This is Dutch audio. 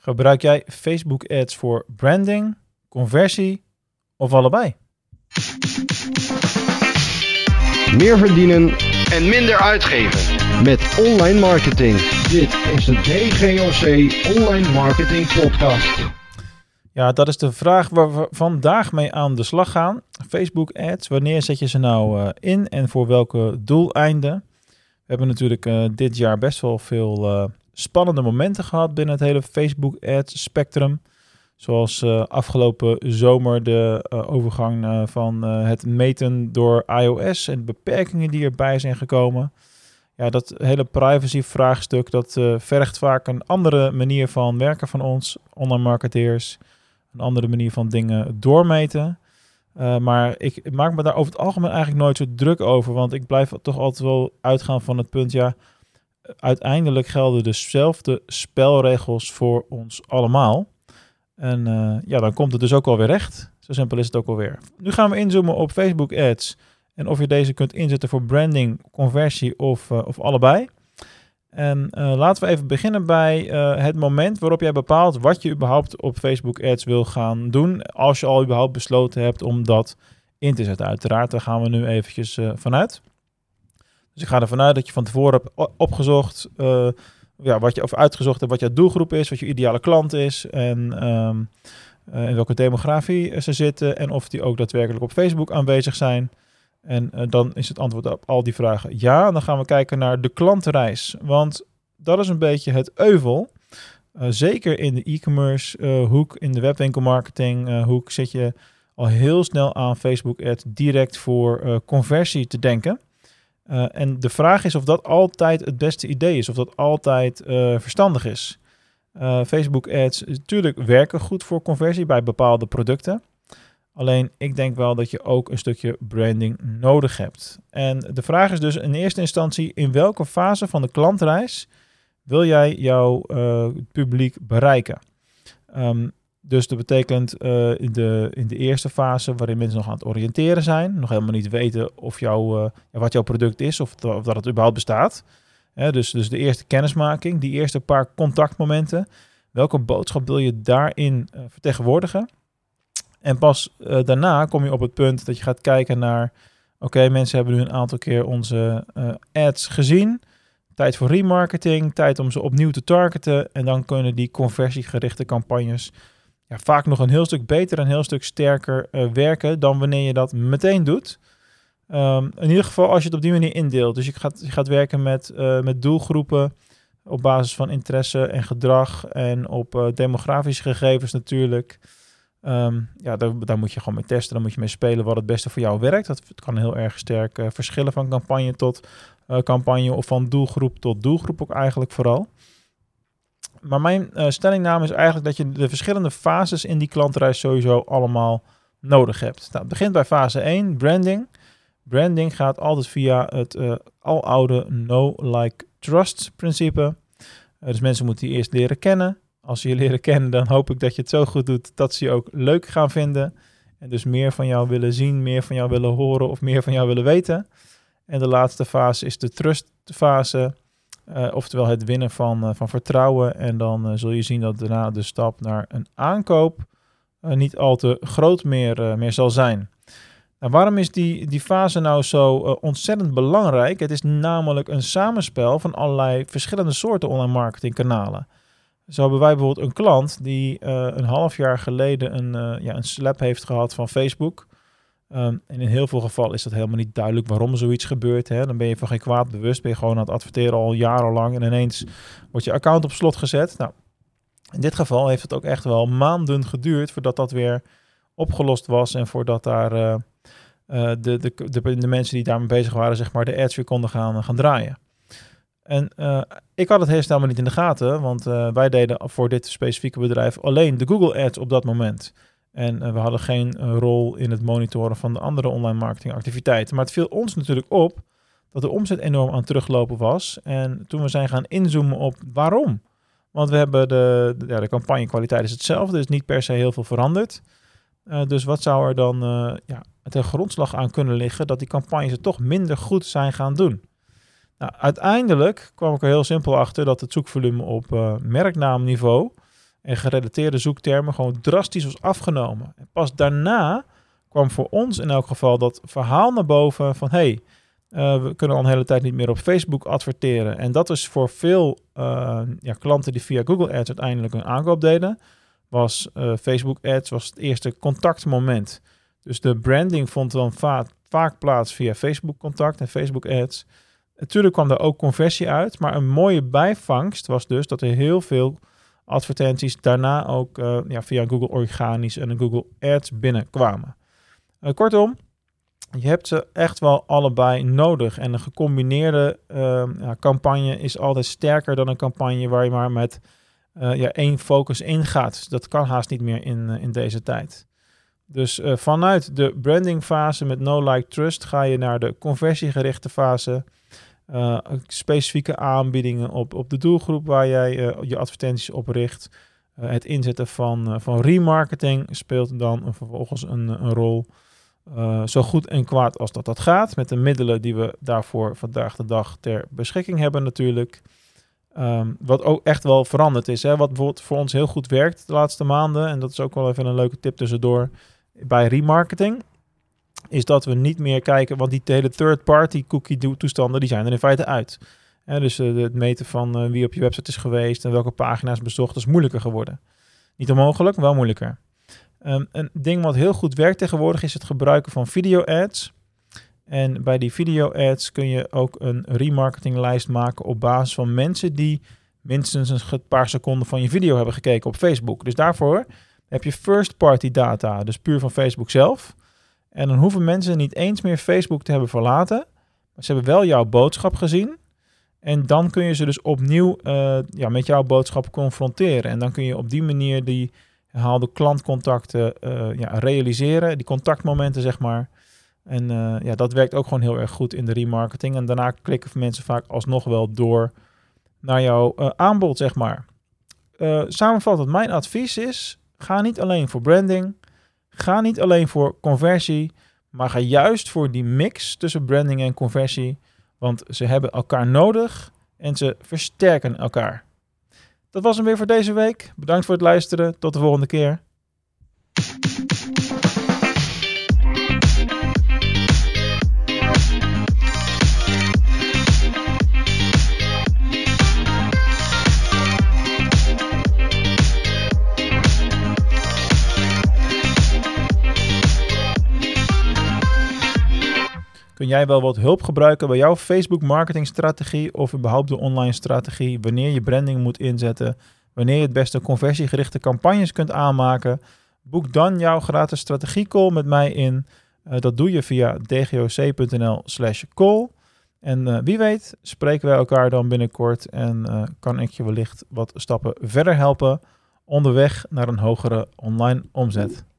Gebruik jij Facebook ads voor branding, conversie of allebei? Meer verdienen en minder uitgeven met online marketing. Dit is de DGOC Online Marketing Podcast. Ja, dat is de vraag waar we vandaag mee aan de slag gaan. Facebook ads, wanneer zet je ze nou in en voor welke doeleinden? We hebben natuurlijk dit jaar best wel veel spannende momenten gehad binnen het hele Facebook ads spectrum. Zoals afgelopen zomer de overgang van het meten door iOS en de beperkingen die erbij zijn gekomen. Ja, dat hele privacy vraagstuk, dat vergt vaak een andere manier van werken van ons, online marketeers. Een andere manier van dingen doormeten. Maar ik maak me daar over het algemeen eigenlijk nooit zo druk over. Want ik blijf toch altijd wel uitgaan van het punt, ja, uiteindelijk gelden dezelfde spelregels voor ons allemaal. En dan komt het dus ook alweer recht. Zo simpel is het ook alweer. Nu gaan we inzoomen op Facebook ads. En of je deze kunt inzetten voor branding, conversie of allebei. En laten we even beginnen bij het moment waarop jij bepaalt wat je überhaupt op Facebook ads wil gaan doen. Als je al überhaupt besloten hebt om dat in te zetten. Uiteraard, daar gaan we nu eventjes vanuit. Dus ik ga ervan uit dat je van tevoren hebt opgezocht, uitgezocht hebt wat jouw doelgroep is, wat je ideale klant is en in welke demografie ze zitten en of die ook daadwerkelijk op Facebook aanwezig zijn. En dan is het antwoord op al die vragen ja. En dan gaan we kijken naar de klantenreis. Want dat is een beetje het euvel. Zeker in de e-commerce hoek, in de webwinkelmarketing hoek zit je al heel snel aan Facebook ads direct voor conversie te denken. En de vraag is of dat altijd het beste idee is. Of dat altijd verstandig is. Facebook ads natuurlijk werken goed voor conversie bij bepaalde producten. Alleen ik denk wel dat je ook een stukje branding nodig hebt. En de vraag is dus in eerste instantie, in welke fase van de klantreis wil jij jouw publiek bereiken? Dus dat betekent in de eerste fase waarin mensen nog aan het oriënteren zijn, nog helemaal niet weten of wat jouw product is of dat het überhaupt bestaat. Dus de eerste kennismaking, die eerste paar contactmomenten. Welke boodschap wil je daarin vertegenwoordigen? En pas daarna kom je op het punt dat je gaat kijken naar, oké, mensen hebben nu een aantal keer onze ads gezien. Tijd voor remarketing, tijd om ze opnieuw te targeten. En dan kunnen die conversiegerichte campagnes vaak nog een heel stuk beter en een heel stuk sterker werken dan wanneer je dat meteen doet. In ieder geval als je het op die manier indeelt. Dus je gaat werken met doelgroepen op basis van interesse en gedrag en op demografische gegevens natuurlijk. Daar moet je gewoon mee testen. Dan moet je mee spelen wat het beste voor jou werkt. Dat kan heel erg sterk verschillen van campagne tot campagne of van doelgroep tot doelgroep ook eigenlijk vooral. Maar mijn stellingname is eigenlijk dat je de verschillende fases in die klantreis sowieso allemaal nodig hebt. Nou, het begint bij fase 1, branding. Branding gaat altijd via het aloude know, like, trust principe. Dus mensen moeten je eerst leren kennen. Als ze je leren kennen, dan hoop ik dat je het zo goed doet dat ze je ook leuk gaan vinden. En dus meer van jou willen zien, meer van jou willen horen of meer van jou willen weten. En de laatste fase is de trustfase. Oftewel het winnen van vertrouwen. En dan zul je zien dat daarna de stap naar een aankoop niet al te groot meer zal zijn. Nou, waarom is die fase nou zo ontzettend belangrijk? Het is namelijk een samenspel van allerlei verschillende soorten online marketingkanalen. Zo hebben wij bijvoorbeeld een klant die een half jaar geleden een slap heeft gehad van Facebook. En in heel veel gevallen is dat helemaal niet duidelijk waarom zoiets gebeurt. Hè? Dan ben je van geen kwaad bewust, ben je gewoon aan het adverteren al jarenlang en ineens wordt je account op slot gezet. Nou, in dit geval heeft het ook echt wel maanden geduurd voordat dat weer opgelost was en voordat daar de mensen die daarmee bezig waren, zeg maar, de ads weer konden gaan draaien. En ik had het helemaal niet in de gaten, want wij deden voor dit specifieke bedrijf alleen de Google Ads op dat moment. En we hadden geen rol in het monitoren van de andere online marketingactiviteiten. Maar het viel ons natuurlijk op dat de omzet enorm aan het teruglopen was. En toen we zijn gaan inzoomen op waarom. Want we hebben de campagnekwaliteit is hetzelfde, dus niet per se heel veel veranderd. Dus wat zou er dan ten grondslag aan kunnen liggen dat die campagnes het toch minder goed zijn gaan doen? Nou, uiteindelijk kwam ik er heel simpel achter dat het zoekvolume op merknaamniveau en gerelateerde zoektermen gewoon drastisch was afgenomen. En pas daarna kwam voor ons in elk geval dat verhaal naar boven van we kunnen al een hele tijd niet meer op Facebook adverteren. En dat is voor veel klanten die via Google Ads uiteindelijk een aankoop deden, was Facebook Ads was het eerste contactmoment. Dus de branding vond dan vaak plaats via Facebook contact en Facebook Ads. Natuurlijk kwam er ook conversie uit, maar een mooie bijvangst was dus dat er heel veel advertenties daarna ook via Google organisch en Google Ads binnenkwamen. Kortom, je hebt ze echt wel allebei nodig. En een gecombineerde campagne is altijd sterker dan een campagne waar je maar met één focus ingaat. Dus dat kan haast niet meer in deze tijd. Dus vanuit de brandingfase met No Like Trust ga je naar de conversiegerichte fase. Specifieke aanbiedingen op de doelgroep waar jij je advertenties op richt. Het inzetten van remarketing speelt dan vervolgens een rol. Zo goed en kwaad als dat gaat. Met de middelen die we daarvoor vandaag de dag ter beschikking hebben natuurlijk. Wat ook echt wel veranderd is. Wat bijvoorbeeld voor ons heel goed werkt de laatste maanden. En dat is ook wel even een leuke tip tussendoor. Bij remarketing is dat we niet meer kijken. Want die hele third-party cookie toestanden die zijn er in feite uit. Dus het meten van wie op je website is geweest. En welke pagina's bezocht is moeilijker geworden. Niet onmogelijk, maar wel moeilijker. Een ding wat heel goed werkt tegenwoordig is het gebruiken van video-ads. En bij die video-ads kun je ook een remarketinglijst maken op basis van mensen die minstens een paar seconden van je video hebben gekeken op Facebook. Dus daarvoor heb je first-party data, dus puur van Facebook zelf. En dan hoeven mensen niet eens meer Facebook te hebben verlaten. Maar ze hebben wel jouw boodschap gezien. En dan kun je ze dus opnieuw met jouw boodschap confronteren. En dan kun je op die manier die herhaalde klantcontacten realiseren. Die contactmomenten, zeg maar. En dat werkt ook gewoon heel erg goed in de remarketing. En daarna klikken mensen vaak alsnog wel door naar jouw aanbod, zeg maar. Samenvattend, mijn advies is, ga niet alleen voor branding. Ga niet alleen voor conversie. Maar ga juist voor die mix tussen branding en conversie. Want ze hebben elkaar nodig en ze versterken elkaar. Dat was hem weer voor deze week. Bedankt voor het luisteren. Tot de volgende keer. Kun jij wel wat hulp gebruiken bij jouw Facebook marketingstrategie of überhaupt de online strategie, wanneer je branding moet inzetten, wanneer je het beste conversiegerichte campagnes kunt aanmaken? Boek dan jouw gratis strategiecall met mij in. Dat doe je via dgoc.nl/call. En wie weet spreken wij elkaar dan binnenkort en kan ik je wellicht wat stappen verder helpen onderweg naar een hogere online omzet.